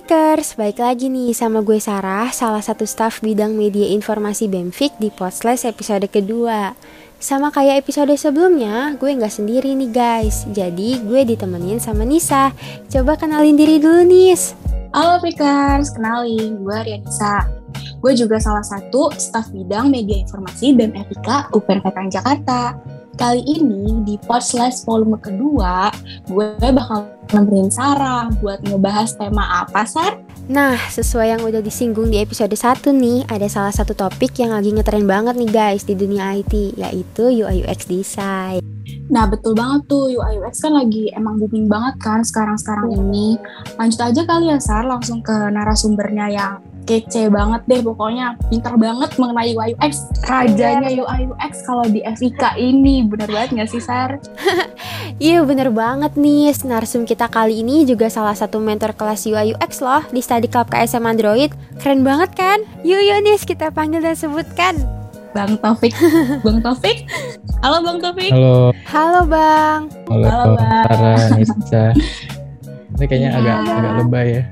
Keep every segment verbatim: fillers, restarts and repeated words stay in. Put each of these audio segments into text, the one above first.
Fikers, balik lagi nih sama gue Sarah, salah satu staf bidang media informasi BEMFIK di Podcast episode kedua. Sama kayak episode sebelumnya, gue gak sendiri nih guys, jadi gue ditemenin sama Nisa. Coba kenalin diri dulu Nis. Halo Fikers, kenalin, gue Rianisa. Gue juga salah satu staf bidang media informasi BEM-Epika U P N P T N Jakarta. Kali ini di Podcast volume kedua, gue bakal nemenin Sarah buat ngebahas tema apa, Sar? Nah, sesuai yang udah disinggung di episode satu nih, ada salah satu topik yang lagi ngetren banget nih guys di dunia I T, yaitu U I U X Design. Nah, betul banget tuh, U I U X kan lagi emang booming banget kan sekarang-sekarang ini. Lanjut aja kali ya, Sar, langsung ke narasumbernya yang kece banget deh, pokoknya pintar banget mengenai U I U X. Rajanya U I U X kalau di F I K ini, bener banget gak sih, Sar? Iya bener banget nih, narsum kita kali ini juga salah satu mentor kelas U I U X loh di Study Club K S M Android. Keren banget kan? Yuk yuk Nis, kita panggil dan sebutkan Bang Taufik. Bang Taufik. Halo Bang Taufik. Halo. Halo Bang. Halo, Halo Bang. Sarah, Nisa. Ini kayaknya Ya. agak agak lebay ya.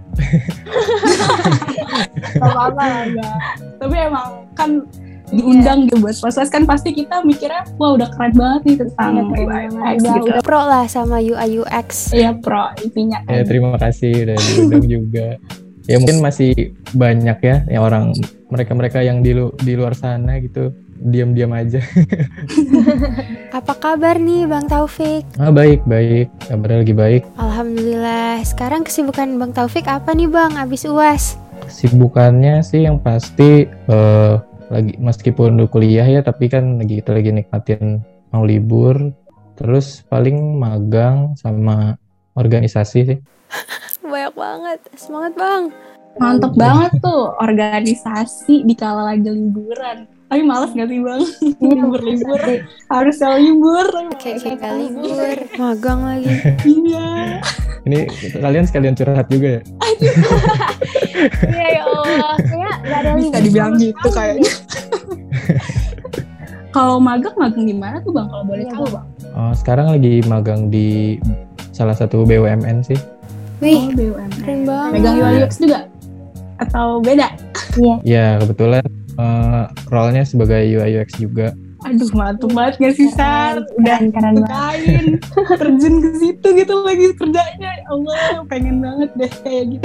Gak apa-apa lah, Bang. Tapi emang kan diundang gitu buat podcast kan pasti kita mikirnya wah udah keren banget nih tentang U I U X Udah, gitu. udah pro lah sama U I U X. Iya pro intinya. Ya terima kasih udah diundang juga. Ya mungkin masih banyak ya yang orang mereka-mereka yang di, lu, di luar sana gitu diam-diam aja. Apa kabar nih Bang Taufik? Ah baik baik, kabarnya lagi baik. Alhamdulillah. Sekarang kesibukan Bang Taufik apa nih Bang abis U A S? Kesibukannya sih yang pasti eh, lagi meskipun udah kuliah ya, tapi kan lagi kita lagi nikmatin mau libur. Terus paling magang sama organisasi sih. Banyak banget. Semangat Bang. Mantep banget tuh organisasi di kala lagi liburan. Tapi males gak sih Bang? Libur-libur harusnya libur. Kayak kayak libur, magang lagi. Iya. Ini kalian sekalian curhat juga ya? Iya ya Allah, kayak gak ada Bisa dibilang gitu kayaknya. Kalau magang magang di mana tuh Bang? Kalau boleh Iya, tahu Bang. Bang? Oh, sekarang lagi magang di salah satu B U M N sih. Wih, Oh, B U M N. keren banget. Megang U I U X juga? Atau beda? Ya kebetulan uh, role-nya sebagai U I U X juga. Aduh, mantap banget gak sih, Sar? Udah keren kain terjun ke situ gitu lagi kerjanya. Ya Allah, pengen banget deh kayak gitu.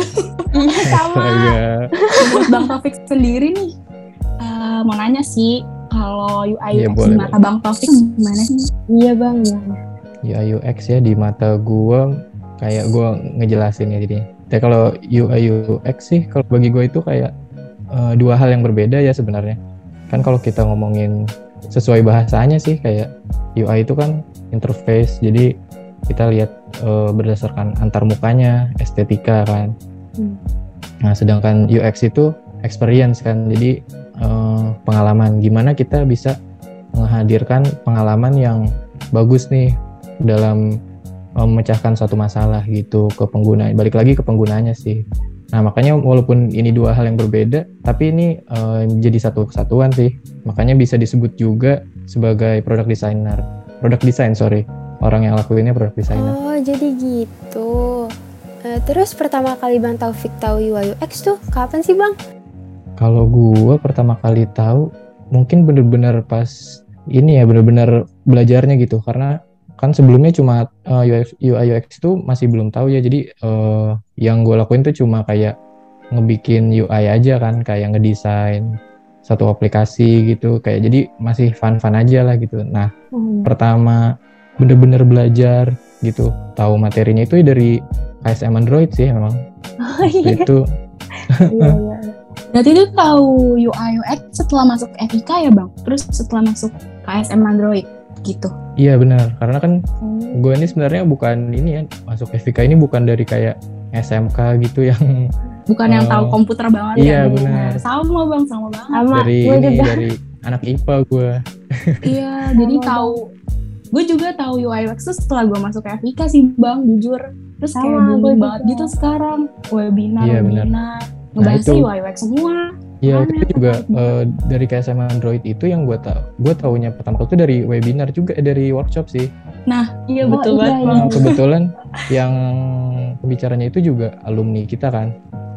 Sama. Agak Buat Bang Taufik sendiri nih, uh, mau nanya sih, kalau U I U X Iya, di boleh, mata Bang Taufik gimana sih? Iya Bang, gimana? U I U X ya di mata gua kayak gua ngejelasin ya jadi. Ya kalau U I U X sih kalau bagi gua itu kayak uh, dua hal yang berbeda ya sebenarnya. Kan kalau kita ngomongin sesuai bahasanya sih kayak U I itu kan interface, jadi kita lihat uh, berdasarkan antar mukanya, estetika kan. Hmm. Nah sedangkan U X itu experience kan, jadi uh, pengalaman, gimana kita bisa menghadirkan pengalaman yang bagus nih dalam uh, memecahkan suatu masalah gitu ke pengguna, balik lagi ke penggunanya sih. Nah makanya walaupun ini dua hal yang berbeda, tapi ini uh, jadi satu kesatuan sih. Makanya bisa disebut juga sebagai product designer. Product design, sorry. Orang yang lakuinnya product designer. Oh, jadi gitu. Uh, terus pertama kali Bang Taufik tahu U I U X tuh kapan sih Bang? Kalau gue pertama kali tahu, mungkin bener-bener pas ini ya, bener-bener belajarnya gitu. Karena kan sebelumnya cuma uh, U I U X itu masih belum tahu ya. Jadi uh, yang gue lakuin tuh cuma kayak ngebikin U I aja kan, kayak ngedesain satu aplikasi gitu, kayak jadi masih fun-fun aja lah gitu. Nah Hmm. pertama bener-bener belajar gitu, tahu materinya itu dari K S M Android sih memang. Oh iya. Itu Iya, iya. Berarti itu tahu U I U X setelah masuk F I K ya Bang? Terus setelah masuk K S M Android gitu? iya benar, karena kan Hmm. gue ini sebenarnya bukan ini ya, masuk F I K ini bukan dari kayak S M K gitu yang Bukan yang Oh. tahu komputer banget Iya, ya? benar. Sama Bang, sama banget. Sama, dari gue ini juga. dari anak I P A gue. Iya, jadi tahu. Gue juga tahu U I U X tuh setelah gue masuk F I K sih Bang, jujur. Terus kayak Sama, gue booming juga. banget gitu sekarang. Webinar, Iya, benar. webinar. Ngebahasnya itu. U I U X semua. Iya, Aneh, itu juga tertarik banget. eh, dari K S M Android itu yang gue tau, gue taunya pertama kali itu dari webinar juga, eh, dari workshop sih. Nah, iya Oh, betul iya, banget iya. Bang. Nah, kebetulan yang pembicaranya itu juga alumni kita kan.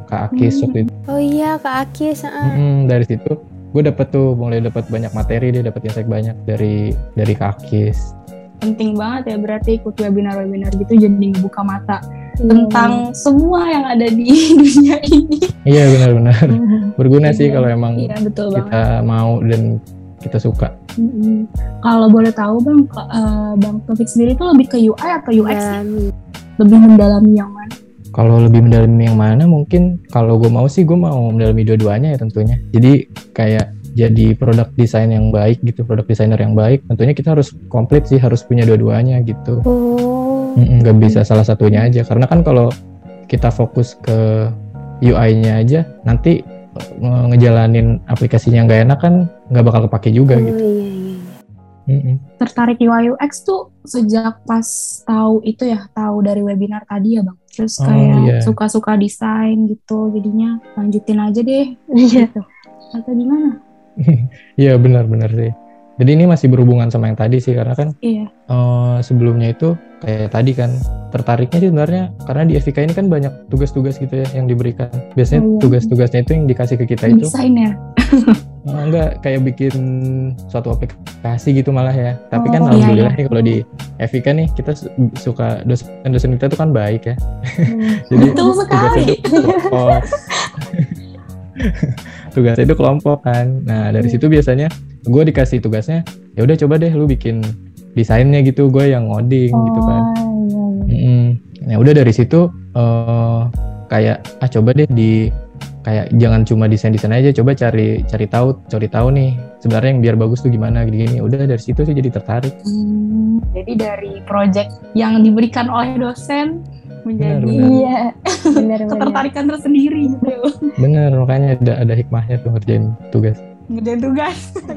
Kak Akis waktu itu. Oh iya Kak Akis. Uh. Mm-mm, dari situ gue dapet tuh mulai dapat banyak materi, dia dapat insight banyak dari dari Kak Akis. Penting banget ya berarti ikut webinar-webinar gitu jadi ngebuka mata tentang hmm. semua yang ada di dunia ini. Iya benar-benar berguna sih kalau emang iya, betul kita banget. Mau dan kita suka. Mm-hmm. Kalau boleh tahu bang, uh, bang Taufik sendiri itu lebih ke U I atau U X? Mendalami. Lebih mendalami yang mana? Kalau lebih mendalami yang mana mungkin kalau gue mau sih gue mau mendalami dua-duanya ya tentunya. Jadi kayak jadi produk desain yang baik gitu, produk desainer yang baik. Tentunya kita harus komplit sih, harus punya dua-duanya gitu. Oh. Nggak bisa salah satunya aja. Karena kan kalau kita fokus ke U I-nya aja, nanti ngejalanin aplikasinya nggak enak kan nggak bakal kepake juga oh, gitu. Iya, iya. Mm-mm. Tertarik U I U X tuh sejak pas tahu itu ya, tahu dari webinar tadi ya bang. Terus kayak oh, iya. suka-suka desain gitu, jadinya lanjutin aja deh. Iya. Gitu. Atau gimana? Iya benar-benar sih. Jadi ini masih berhubungan sama yang tadi sih karena kan iya. uh, sebelumnya itu kayak tadi kan tertariknya sih sebenarnya karena di F I K A ini kan banyak tugas-tugas gitu ya yang diberikan. Biasanya oh, iya. tugas-tugasnya itu yang dikasih ke kita itu. Desain ya? uh, enggak kayak bikin suatu aplikasi gitu malah ya. Tapi oh, kan iya, alhamdulillah iya. nih kalau di F I K A nih kita suka dosen-dosen kita tuh kan baik ya. Hmm. Jadi betul sekali. Oh. Tugasnya itu kelompok kan. Nah dari situ biasanya gue dikasih tugasnya, ya udah coba deh lu bikin desainnya gitu, gue yang ngoding oh, gitu kan. Iya, iya. Nah udah dari situ uh, kayak ah coba deh di kayak jangan cuma desain-desain aja, coba cari cari tahu cari tahu nih sebenarnya yang biar bagus tuh gimana gini-gini. Udah dari situ sih jadi tertarik. Hmm, jadi dari project yang diberikan oleh dosen menjadi benar, benar. Iya, benar, ketertarikan benar. Tersendiri gitu. Bener, makanya ada ada hikmahnya tuh ngerjain tugas. Ngerjain tugas.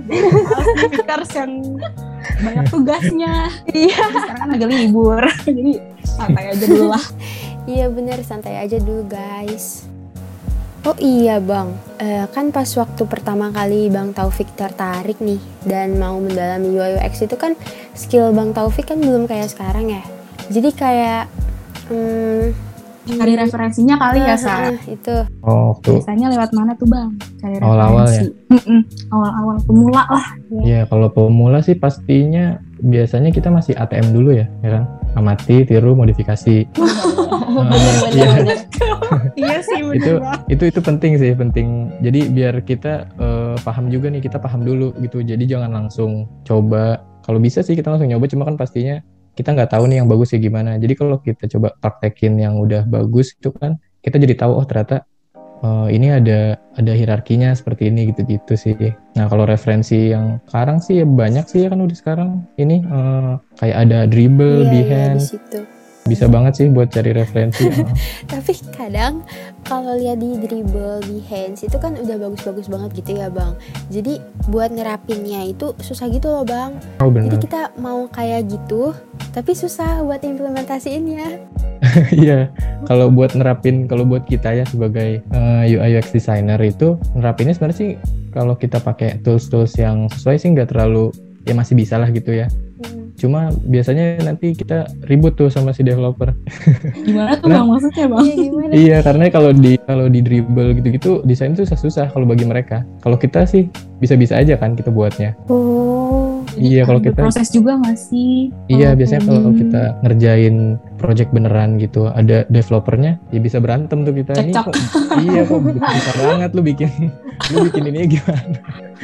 Speakers yang banyak tugasnya. Iya. Sekarang kan agak libur, jadi santai aja dulu lah. Iya bener, santai aja dulu guys. Oh iya bang, uh, kan pas waktu pertama kali Bang Taufik tertarik nih dan mau mendalami U I U X itu kan skill Bang Taufik kan belum kayak sekarang ya. Jadi kayak Hmm, cari referensinya kali ya Sa. Itu. Oh, tuh. Biasanya lewat mana tuh Bang? Cari referensi. Awal-awal ya. Awal-awal pemula lah. Iya, kalau pemula sih pastinya biasanya kita masih A T M dulu ya, ya kan? Amati, tiru, modifikasi. Benar-benar. Iya sih benar. Itu itu itu penting sih, penting. Jadi biar kita uh, paham juga nih, kita paham dulu gitu. Jadi jangan langsung coba. Kalau bisa sih kita langsung nyoba, cuma kan pastinya kita nggak tahu nih yang bagus ya gimana. Jadi kalau kita coba praktekin yang udah bagus itu kan kita jadi tahu oh ternyata uh, ini ada ada hierarkinya seperti ini gitu-gitu sih. Nah kalau referensi yang sekarang sih ya banyak sih ya kan udah sekarang ini uh, kayak ada Dribbble, iya, Behance. iya, bisa banget sih buat cari referensi. uh. Tapi kadang kalau lihat di Dribbble, Behance itu kan udah bagus-bagus banget gitu ya bang. Jadi buat nerapinnya itu susah gitu loh bang. Oh, bener. Jadi kita mau kayak gitu tapi susah buat implementasiinnya. Iya, kalau buat nerapin, kalau buat kita ya sebagai uh, U I U X designer itu nerapinnya sebenarnya sih kalau kita pakai tools-tools yang sesuai sih nggak terlalu, ya masih bisa lah gitu ya. Hmm. Cuma biasanya nanti kita ribut tuh sama si developer. Gimana tuh bang maksudnya bang? Iya, gimana? Iya, karena kalau di kalau di Dribbble gitu-gitu desain itu susah-susah kalau bagi mereka. Kalau kita sih bisa-bisa aja kan kita buatnya. Oh. Iya, kalau kita proses juga nggak sih? Iya, biasanya kalau kita ngerjain project beneran gitu, ada developernya, ya bisa berantem tuh kita. Ini kok, iya kok bisa banget lu bikin, lu bikin ini gimana?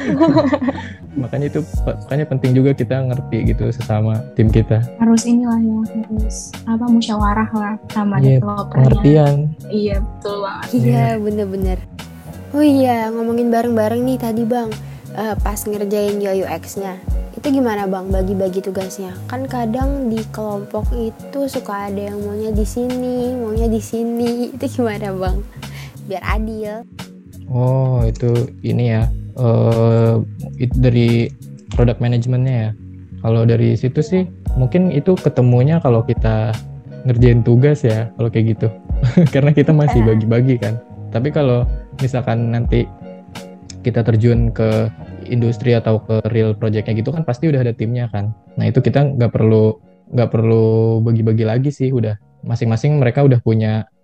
Makanya itu, makanya penting juga kita ngerti gitu sesama tim kita. Harus inilah ya, harus apa musyawarah lah sama yeah, developernya. Pengertian. Iya betul banget. Iya yeah. bener-bener. Oh iya, ngomongin bareng-bareng nih tadi bang, uh, pas ngerjain U I U X-nya. Itu gimana bang bagi-bagi tugasnya? Kan kadang di kelompok itu suka ada yang maunya di sini, maunya di sini. Itu gimana bang? Biar adil. Oh itu ini ya, uh, itu dari product manajemennya ya. Kalau dari situ sih mungkin itu ketemunya kalau kita ngerjain tugas ya, kalau kayak gitu. Karena kita masih bagi-bagi kan. Tapi kalau misalkan nanti kita terjun ke industri atau ke real project-nya gitu kan pasti udah ada timnya kan. Nah itu kita nggak perlu nggak perlu bagi-bagi lagi sih, udah masing-masing mereka udah punya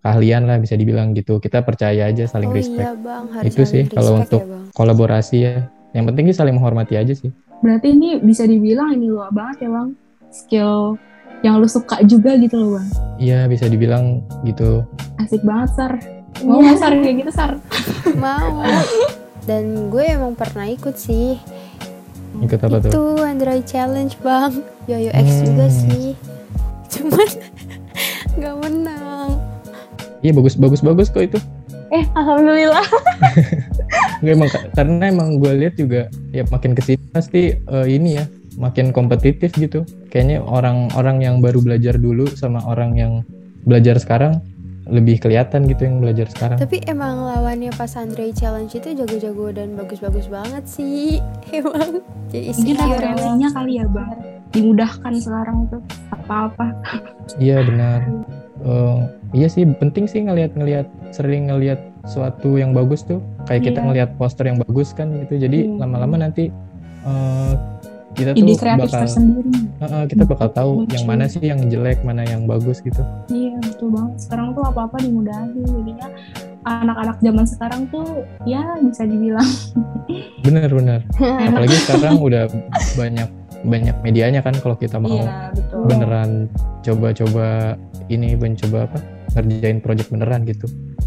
keahlian lah bisa dibilang gitu. Kita percaya aja, saling Oh respect. iya bang, harus Itu sih saling kalau respect untuk ya bang. kolaborasi ya. Yang penting sih saling menghormati aja sih. Berarti ini bisa dibilang ini luar banget ya bang, skill yang lu suka juga gitu loh bang. Iya bisa dibilang gitu. Asik banget Sar. Mau nggak Sar kayak gitu Sar? Mau. Dan gue emang pernah ikut sih. Ikut apa tuh? Itu Android Challenge bang, U I U X Hmm. juga sih. Cuman nggak menang. Iya bagus bagus bagus kok itu. Eh alhamdulillah. Nggak, emang karena emang gue lihat juga ya makin kesini pasti uh, ini ya makin kompetitif gitu. Kayaknya orang-orang yang baru belajar dulu sama orang yang belajar sekarang lebih kelihatan gitu yang belajar sekarang. Tapi emang lawannya pas Android Challenge itu jago-jago dan bagus-bagus banget sih. Emang jadi Mungkin insecure. referensinya kali ya bang. Dimudahkan sekarang itu apa-apa. Iya benar. Uh, iya sih penting sih ngelihat-ngelihat sering ngelihat suatu yang bagus tuh kayak kita Iya. ngelihat poster yang bagus kan gitu. Jadi Iya. lama-lama nanti uh, kita Ide tuh kreatif bakal tersendiri. uh, uh, kita bakal tahu Muncul. yang mana sih yang jelek, mana yang bagus gitu. Iya betul banget. Sekarang tuh apa-apa dimudahin. Jadinya anak-anak zaman sekarang tuh ya bisa dibilang Bener-bener. Apalagi sekarang udah banyak banyak medianya kan kalau kita mau iya betul. beneran coba-coba ini mencoba apa ngerjain project beneran gitu.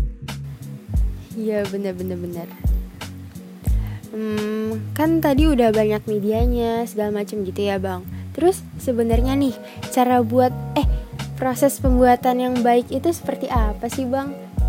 Iya bener-bener bener. Hmm, kan tadi udah banyak medianya segala macam gitu ya bang. Terus sebenarnya nih cara buat eh proses pembuatan yang baik itu seperti apa sih bang?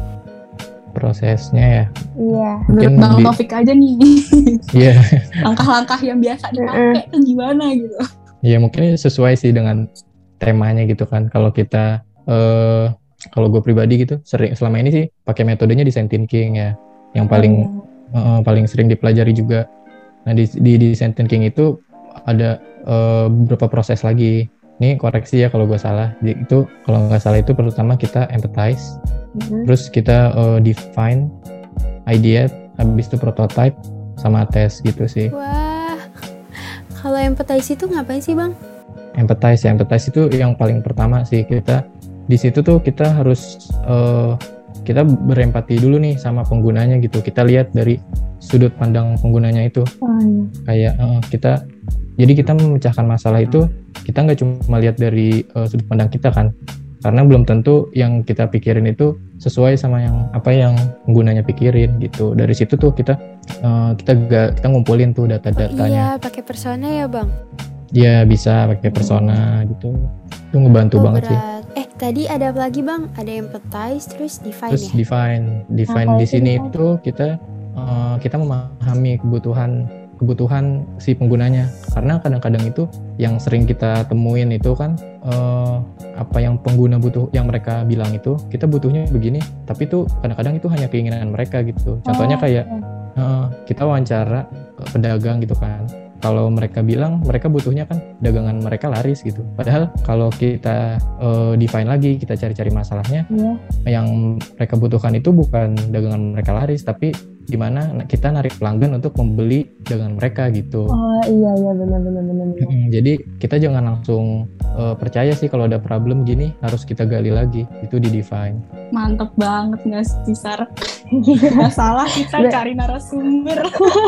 Prosesnya ya. Iya. Mungkin Menurut Bang di- Taufik aja nih. Iya. Langkah-langkah yang biasa dipakai tuh gimana gitu. Ya mungkin sesuai sih dengan temanya gitu kan. Kalau kita eh kalau gue pribadi gitu sering selama ini sih pakai metodenya design thinking ya. Yang paling eh, paling sering dipelajari juga. Nah di, di design thinking itu ada eh, beberapa proses lagi. Ini koreksi ya kalau gue salah. Jadi itu kalau nggak salah itu pertama kita empathize, terus kita eh, define, ideate, habis itu prototype sama tes gitu sih. Wah, kalau empathize itu ngapain sih bang? Empathize ya, empathize itu yang paling pertama sih. Kita di situ tuh kita harus uh, kita berempati dulu nih sama penggunanya gitu. Kita lihat dari sudut pandang penggunanya itu. Oh, iya. Kayak uh, kita jadi kita memecahkan masalah itu kita nggak cuma lihat dari uh, sudut pandang kita kan, karena belum tentu yang kita pikirin itu sesuai sama yang apa yang penggunanya pikirin gitu. Dari situ tuh kita uh, kita ga, kita ngumpulin tuh Iya, data-datanya. pakai persona ya bang. Ya bisa pakai persona gitu. Itu ngebantu Oh, banget sih. berat. Eh tadi ada apa lagi bang? Ada empathize terus define Terus ya. define, define Apa di itu sini define? itu kita uh, kita memahami kebutuhan kebutuhan si penggunanya. Karena kadang-kadang itu yang sering kita temuin itu kan uh, apa yang pengguna butuh, yang mereka bilang itu kita butuhnya begini, tapi itu kadang-kadang itu hanya keinginan mereka gitu. Contohnya Oh, kayak uh, kita wawancara uh, pedagang gitu kan. Kalau mereka bilang mereka butuhnya kan dagangan mereka laris gitu. Padahal kalau kita uh, define lagi, kita cari-cari masalahnya, Iya. yang mereka butuhkan itu bukan dagangan mereka laris, tapi gimana kita narik pelanggan untuk membeli dagangan mereka gitu. Oh iya iya benar benar benar. Mm, Jadi kita jangan langsung uh, percaya sih kalau ada problem gini, harus kita gali lagi, itu di define. Mantep banget nggak sih Sar? Nggak salah kita cari narasumber.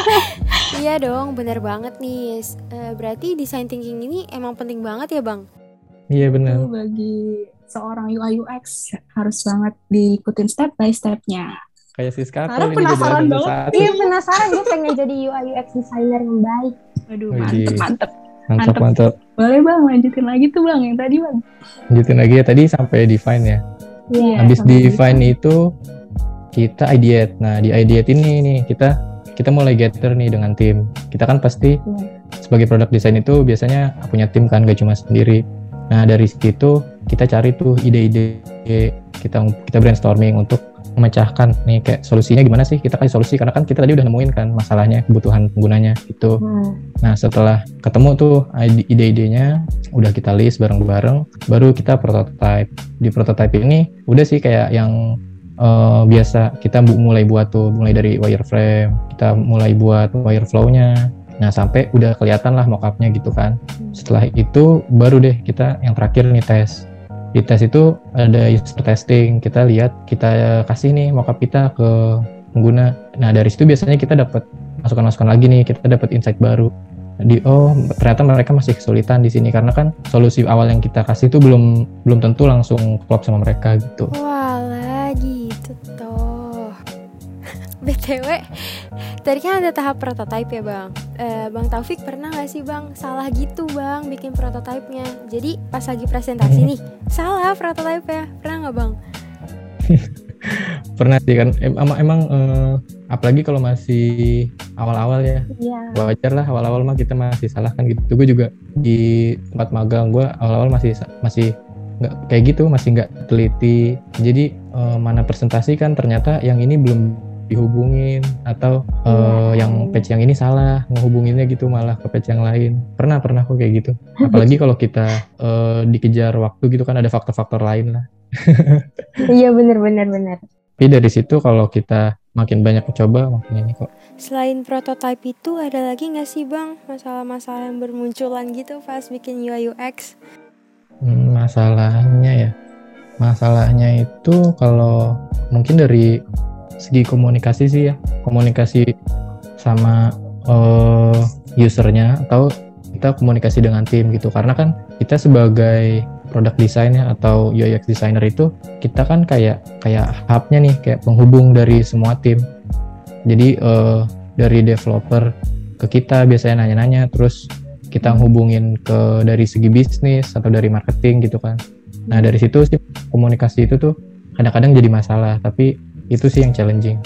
Iya dong, benar banget nih. S- eh, berarti design thinking ini emang penting banget ya bang? Iya Itu benar. bagi seorang U I U X harus banget diikutin step by stepnya. Kayak si Skatel Sarah ini penasaran gue banget. satu. Iya penasaran, gue pengen jadi U I U X designer yang baik. Aduh Widih. mantep mantep. Mantap Mantep. mantap. Boleh bang lanjutin lagi tuh bang yang tadi bang. Lanjutin lagi ya, tadi sampai define ya. Iya. Habis sampai define itu kita ideate. Nah di ideate ini nih kita kita mulai gather nih dengan tim. Kita kan pasti sebagai product design itu biasanya punya tim kan, gak cuma sendiri. Nah dari situ kita cari tuh ide-ide, kita kita brainstorming untuk memecahkan nih kayak solusinya gimana sih, kita kasih solusi karena kan kita tadi udah nemuin kan masalahnya, kebutuhan penggunanya gitu. Hmm. Nah setelah ketemu tuh ide-idenya udah kita list bareng-bareng, baru kita prototype. Di prototype ini udah sih kayak yang uh, biasa kita bu- mulai buat tuh, mulai dari wireframe, kita mulai buat wireflow-nya. Nah sampai udah kelihatan lah mockupnya gitu kan. Setelah itu baru deh kita yang terakhir nih tes. Di tes itu ada user testing, kita lihat, kita kasih nih mockup kita ke pengguna. Nah dari situ biasanya kita dapat masukan-masukan lagi nih, kita dapat insight baru. Di oh ternyata mereka masih kesulitan di sini karena kan solusi awal yang kita kasih itu belum belum tentu langsung klop sama mereka gitu. Walah gitu toh. B T W tadi kan ada tahap prototype ya bang. eh, Bang Taufik pernah gak sih bang salah gitu bang bikin prototipenya? Jadi pas lagi presentasi nih salah prototipenya, pernah gak bang? Pernah sih kan, emang, emang eh, apalagi kalau masih awal-awal ya, Iya. wajar lah awal-awal mah kita masih salah kan gitu. Gue juga di tempat magang gue awal-awal masih masih nggak kayak gitu, masih nggak teliti. Jadi eh, mana presentasi kan ternyata yang ini belum dihubungin atau eh, Iya. yang patch yang ini salah ngehubunginnya gitu malah ke patch yang lain. Pernah pernah kok kayak gitu. Apalagi kalau kita eh, dikejar waktu gitu kan ada faktor-faktor lain lah. Iya benar benar benar. Tapi dari situ kalau kita makin banyak mencoba makin ini kok. Selain prototype itu ada lagi gak sih bang masalah-masalah yang bermunculan gitu pas bikin U I U X? Hmm, masalahnya ya, masalahnya itu kalau mungkin dari segi komunikasi sih ya, komunikasi sama uh, usernya atau kita komunikasi dengan tim gitu. Karena kan kita sebagai product designer atau U I U X designer itu kita kan kayak kayak hubnya nih, kayak penghubung dari semua tim. Jadi uh, dari developer ke kita biasanya nanya-nanya, terus kita hubungin ke dari segi bisnis atau dari marketing gitu kan. Nah dari situ sih komunikasi itu tuh kadang-kadang jadi masalah, tapi itu sih yang challenging.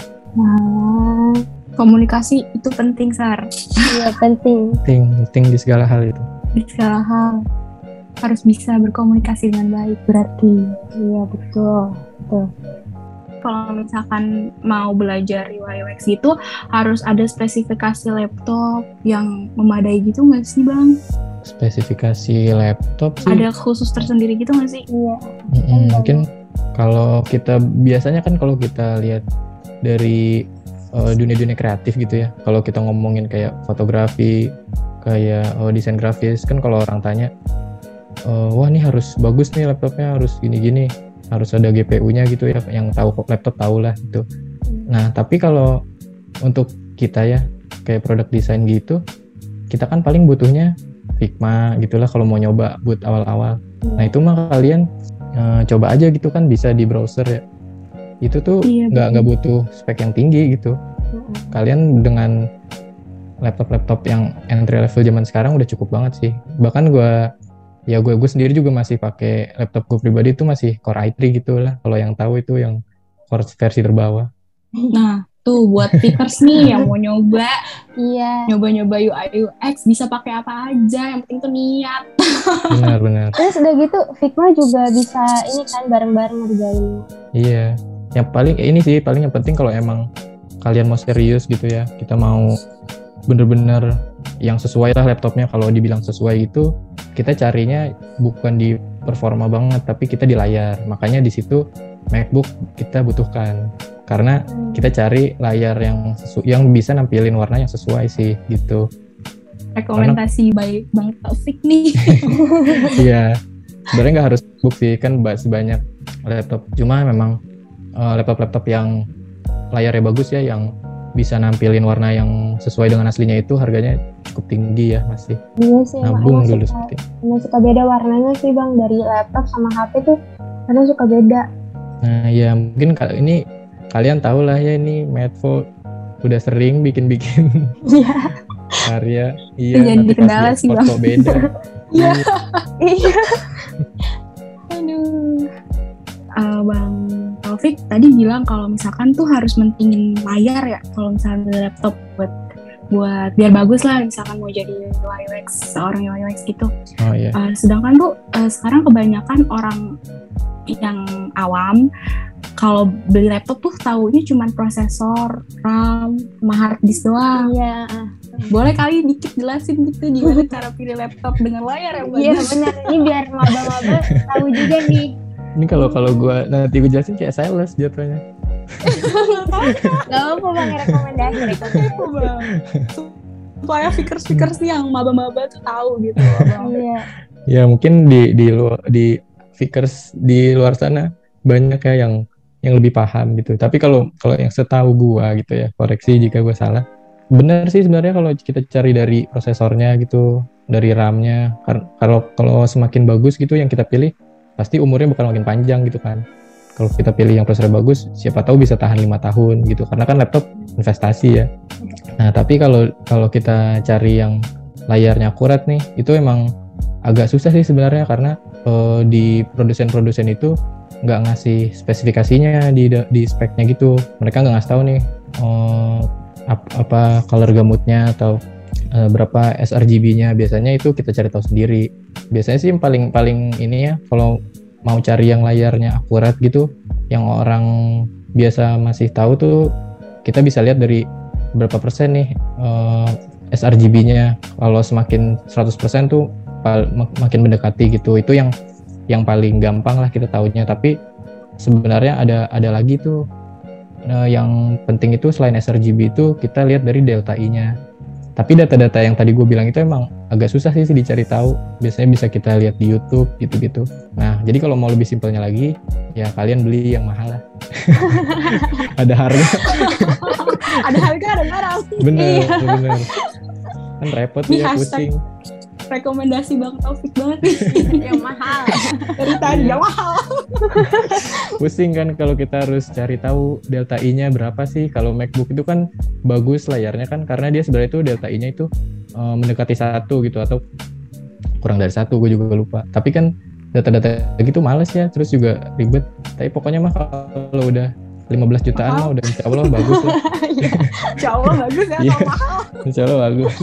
Nah, Komunikasi itu penting, Sar. iya penting. Penting, penting di segala hal itu. Di segala hal harus bisa berkomunikasi dengan baik berarti. Iya betul. Betul. Kalau misalkan mau belajar U I U X gitu harus ada spesifikasi laptop yang memadai gitu nggak sih Bang? Spesifikasi laptop sih Ada khusus tersendiri gitu nggak sih? Iya. mm-mm, mungkin kalau kita biasanya kan kalau kita lihat dari uh, dunia-dunia kreatif gitu ya, kalau kita ngomongin kayak fotografi, kayak uh, desain grafis kan kalau orang tanya uh, wah ini harus bagus nih laptopnya, harus gini-gini, harus ada G P U-nya gitu ya, yang tahu kok laptop tahu lah gitu. Nah tapi kalau untuk kita ya kayak product design gitu, kita kan paling butuhnya Figma gitulah kalau mau nyoba buat awal-awal. Nah itu mah kalian uh, coba aja gitu kan, bisa di browser ya. Itu tuh Iya, nggak betul. nggak butuh spek yang tinggi gitu. Kalian dengan laptop-laptop yang entry level zaman sekarang udah cukup banget sih. Bahkan gue ya gue gue sendiri juga masih pakai laptop gue pribadi itu masih Core i tiga gitu lah. Kalau yang tahu itu yang Core versi terbawah. Nah tuh buat pickers nih yang mau nyoba Iya. nyoba-nyoba U I U X bisa pakai apa aja, yang penting tuh niat. Benar-benar. Terus udah gitu Figma juga bisa ini kan bareng-bareng ngerjain. Iya. Yang paling ini sih paling yang penting kalau emang kalian mau serius gitu ya, kita mau bener-bener yang sesuai lah laptopnya. Kalau dibilang sesuai itu kita carinya bukan di performa banget, tapi kita di layar. Makanya di situ MacBook kita butuhkan karena kita cari layar yang sesu- yang bisa nampilin warna yang sesuai sih gitu. Rekomendasi baik Bang Taufik nih. Iya. Sebenarnya nggak harus MacBook sih, kan sebanyak laptop. Cuma memang uh, laptop-laptop yang layarnya bagus ya, yang bisa nampilin warna yang sesuai dengan aslinya itu harganya cukup tinggi ya masih. Iya sih. Nabung emang dulu suka, seperti. emang suka beda warnanya sih Bang, dari laptop sama H P tuh kadang suka beda. Nah ya mungkin kali ini kalian tahu lah ya, ini Madfo udah sering bikin-bikin Iya. karya. Iya. Itu jadi nanti pas kendala lihat sih, Bang. foto beda. Iya. Iya. Aduh. Uh, Bang Taufik tadi bilang kalau misalkan tuh harus mentingin layar ya, kalau misalkan ada laptop buat buat biar bagus lah, misalkan mau jadi U I U X, seorang U I U X gitu. Oh iya. Uh, sedangkan tuh uh, sekarang kebanyakan orang yang awam kalau beli laptop tuh taunya cuma prosesor, RAM, sama hard disk doang. Iya. Boleh kali dikit jelasin gitu gimana cara pilih laptop dengan layar yang Iya bagus? benar. Ini biar maba-maba tahu juga nih. Ini kalau kalau gue nanti gue jelasin kayak sales jatuhnya. Gak apa-apa Bang, rekomendasi rekomendasi. Bang. Supaya speakers-speakers nih yang maba-maba tuh tahu gitu Bang. Iya. Ya mungkin di di lu- di Fikers di luar sana banyak ya yang yang lebih paham gitu. Tapi kalau kalau yang setahu gua gitu ya, koreksi jika gua salah. Benar sih sebenarnya kalau kita cari dari prosesornya gitu, dari RAM-nya. Kalau kalau semakin bagus gitu yang kita pilih, pasti umurnya bakal makin panjang gitu kan. Kalau kita pilih yang prosesornya bagus, siapa tahu bisa tahan lima tahun gitu. Karena kan laptop investasi ya. Nah, tapi kalau kalau kita cari yang layarnya akurat nih, itu emang agak susah sih sebenarnya karena uh, di produsen-produsen itu nggak ngasih spesifikasinya di di speknya gitu. Mereka nggak ngasih tahu nih uh, ap, apa color gamutnya atau uh, berapa sRGB-nya. Biasanya itu kita cari tahu sendiri. Biasanya sih yang paling paling ini ya, kalau mau cari yang layarnya akurat gitu, yang orang biasa masih tahu tuh, kita bisa lihat dari berapa persen nih uh, sRGB-nya. Kalau semakin seratus persen tuh makin mendekati gitu. Itu yang yang paling gampang lah kita tahunya. Tapi sebenarnya ada ada lagi tuh nah, yang penting itu selain sRGB itu kita lihat dari delta I-nya. Tapi data-data yang tadi gue bilang itu emang agak susah sih, sih dicari tahu. Biasanya bisa kita lihat di YouTube gitu-gitu. Nah, jadi kalau mau lebih simpelnya lagi, ya kalian beli yang mahal lah. Ada harga. Ada harga, ada barang. Bener, bener. Kan repot Ini ya, hashtag pusing. Rekomendasi Bang Taufik banget nih. Yang mahal. Dari tadi yang mahal. Pusing kan kalau kita harus cari tahu delta I-nya berapa sih. Kalau MacBook itu kan bagus layarnya kan, karena dia sebenarnya itu delta I-nya itu uh, mendekati satu gitu, atau kurang dari satu, gue juga lupa. Tapi kan data-data gitu males ya, terus juga ribet. Tapi pokoknya mah kalau udah lima belas jutaan mah udah insya Allah bagus lah. Insya Allah bagus ya, Iya. kalau mahal. Insya Allah bagus.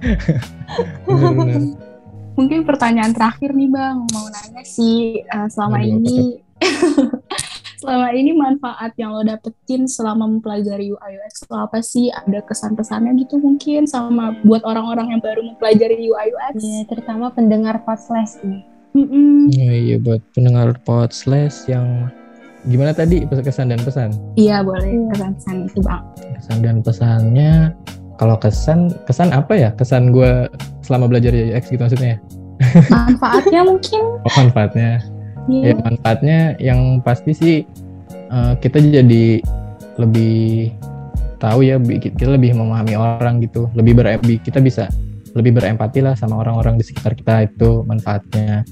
Bener-bener. Mungkin pertanyaan terakhir nih Bang, mau nanya sih uh, selama Aduh, apa ini tuh? selama ini manfaat yang lo dapetin selama mempelajari U I U X lo apa sih? Ada kesan-pesannya gitu mungkin sama buat orang-orang yang baru mempelajari U I U X? Ya, terutama pendengar podcast nih. Mm-mm. Ya, iya buat pendengar podcast yang gimana tadi kesan dan pesan? Iya boleh kesan-pesan itu Bang. Kesan dan pesannya, kalau kesan kesan apa ya? Kesan gue selama belajar U X gitu maksudnya? Manfaatnya mungkin? Oh, manfaatnya. Iya. Ya, manfaatnya yang pasti sih uh, kita jadi lebih tahu ya, kita lebih memahami orang gitu, lebih ber kita bisa lebih berempati lah sama orang-orang di sekitar kita, itu manfaatnya.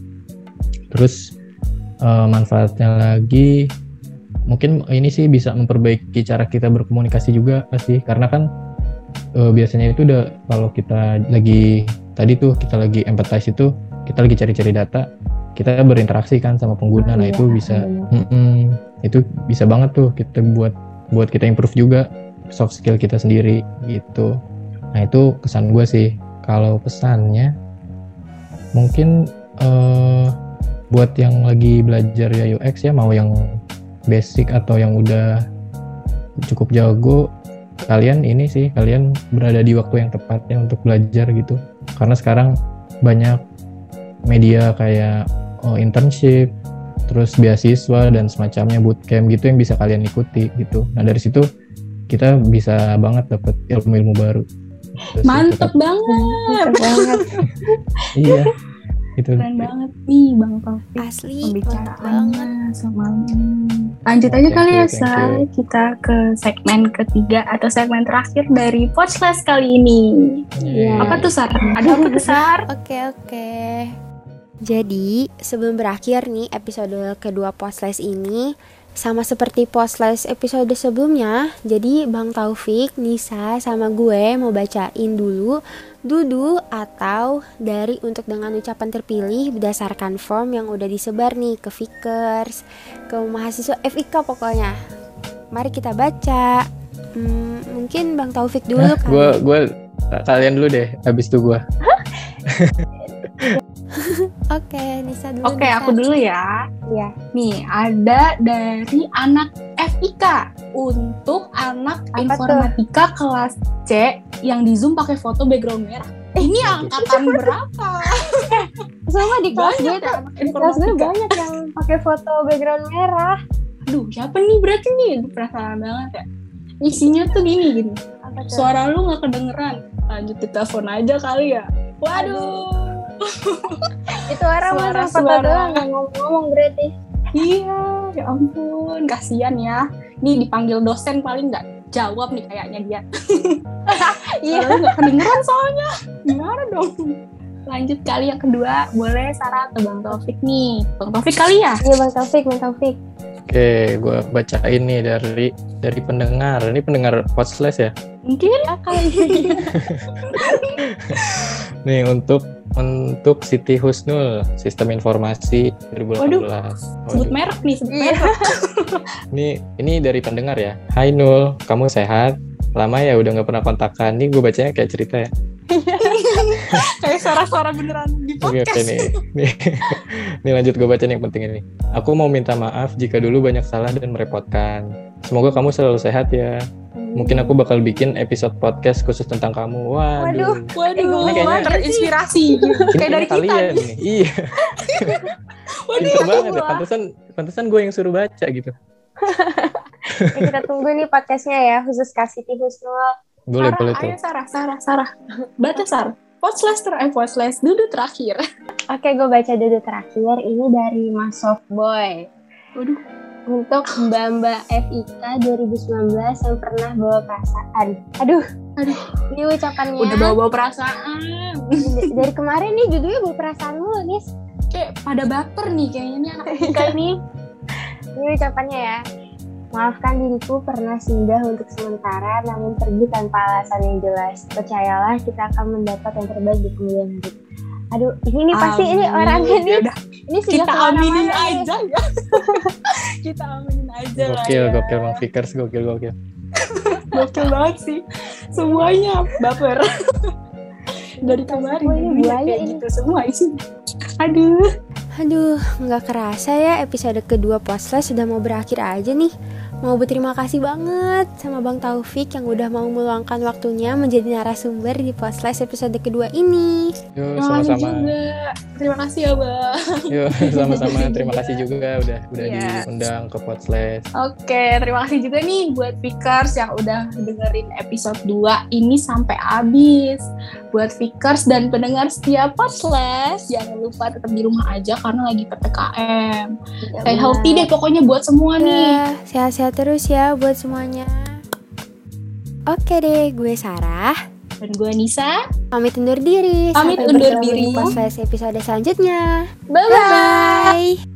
Terus uh, manfaatnya lagi mungkin ini sih bisa memperbaiki cara kita berkomunikasi juga pasti, karena kan uh, biasanya itu udah kalau kita lagi tadi tuh kita lagi empathize itu kita lagi cari-cari data, kita berinteraksi kan sama pengguna. Nah, iya, itu bisa itu bisa banget tuh kita buat buat kita improve juga soft skill kita sendiri gitu. Nah, itu kesan gue sih. Kalau pesannya mungkin uh, buat yang lagi belajar ya U X ya, mau yang basic atau yang udah cukup jago, kalian ini sih kalian berada di waktu yang tepatnya untuk belajar gitu. Karena sekarang banyak media kayak oh, internship, terus beasiswa dan semacamnya, bootcamp gitu yang bisa kalian ikuti gitu. Nah, dari situ kita bisa banget dapat ilmu-ilmu baru. Terus Mantep kita, banget. Mantap banget. iya, itu. Keren banget nih Bang Taufik. Asli, mantap banget. Pembicaraannya sama ini. Lanjut aja Thank kali you, ya, thank Sa. you. Kita ke segmen ketiga atau segmen terakhir dari Podcast kali ini. Iya. Apa tuh, Sar? Ada apa tuh, Sar? Oke oke. Jadi sebelum berakhir nih episode kedua Podcast ini, sama seperti Podcast episode sebelumnya, jadi Bang Taufik, Nisa, sama gue mau bacain dulu dudu atau dari untuk dengan ucapan terpilih berdasarkan form yang udah disebar nih ke Fikers, ke mahasiswa F I K pokoknya. Mari kita baca. Hmm, mungkin Bang Taufik dulu Nah, kan. gue gue kalian dulu deh, habis itu gue. Oke, Nisa dulu. Oke, Nisa. aku dulu ya. Iya. Nih, ada dari anak F I K untuk anak Apa informatika kelas C yang di Zoom pakai foto background merah. Ini angkatan berapa? Sama di kelas gue, Banyak ya anak di kelas gue informatika. banyak yang pakai foto background merah. Aduh, siapa nih berarti nih? Gue penasaran banget ya. Isinya tuh gini gini. Apa tuh? Suara lu nggak kedengeran. Lanjut ditelepon aja kali ya. Waduh. Itu orang masuk foto Suara-suara. doang nggak ngomong-ngomong berarti. Iya, ya ampun, kasihan ya. Nih dipanggil dosen paling nggak jawab nih kayaknya dia. Iya. Padahal nggak kedengeran soalnya. Gimana dong? Lanjut kali yang kedua, boleh Sarah atau Bang Taufik nih? Bang Taufik kali ya? Iya Bang Taufik, Bang Taufik. Oke, gue bacain nih dari dari pendengar. Ini pendengar Podcast ya. Mungkin kali. Nih untuk untuk Siti Husnul, Sistem Informasi dua ribu delapan belas. Sebut merek nih, sebut Iya. merek. Ini ini dari pendengar ya. Hai Nul, kamu sehat? Lama ya udah nggak pernah kontakan. Nih gue bacanya kayak cerita ya. Kayak suara-suara beneran di Oke podcast. oke nih. Nih, nih lanjut gue baca nih yang penting ini. Aku mau minta maaf jika dulu banyak salah dan merepotkan. Semoga kamu selalu sehat ya. Mungkin aku bakal bikin episode podcast khusus tentang kamu. Waduh. Waduh, Ini kayaknya- terinspirasi. Ini Kayak dari kita. kalian nih. Iya. Waduh, Pinter banget ya. gua. Pantesan pantesan gue yang suruh baca gitu. Ya, kita tunggu nih podcastnya ya, khusus kasih Siti Husnul. Boleh Sarah, boleh tuh. ayo Sarah, Sarah, Sarah. Baca Sarah. Podcast ter eh podcast dulu terakhir. Oke, gue baca dulu terakhir. Ini dari Mas Softboy. Waduh, Untuk Mbak Mbak F I K dua ribu sembilan belas yang pernah bawa perasaan. Aduh, Aduh. Ini ucapannya. udah bawa-bawa perasaan. D- Dari kemarin nih judulnya bawa perasaan mulu, Nis. Kayak pada baper nih kayaknya nih anak Ika ini. Ini ucapannya ya. Maafkan diriku pernah singgah untuk sementara, namun pergi tanpa alasan yang jelas. Percayalah, kita akan mendapat yang terbaik di kemudian hari. Aduh, ini nih pasti ini Amin. orangnya nih. Ya udah, Ini sudah kita kemana-mana aminin nih. aja ya. Kita aminin aja lah Gokil, ya. gokil Bang Fikers, gokil, gokil. Gokil banget sih. Semuanya baper. Dari kemarin Semuanya ini buaya kayak ini. gitu semua isinya. Aduh. Aduh, nggak kerasa ya episode kedua Podcast sudah mau berakhir aja nih. Mau berterima kasih banget sama Bang Taufik yang udah mau meluangkan waktunya menjadi narasumber di Podcast episode kedua ini. Yuk, Makanya sama-sama. juga. Terima kasih ya, Bang. Yuk, sama-sama. Terima kasih juga udah udah Iya. diundang ke Podcast. Oke, terima kasih juga nih buat Fikers yang udah dengerin episode dua ini sampai habis. Buat Fikers dan pendengar setia Podcast, jangan lupa tetap di rumah aja karena lagi P P K M. Stay healthy deh pokoknya buat semua nih. Ya, sehat-sehat terus ya buat semuanya. Oke deh, gue Sarah. Dan gue Nisa. Pamit undur diri. Pamit Sampai undur bertemu diri. di Podcast episode selanjutnya. Bye-bye. Bye-bye.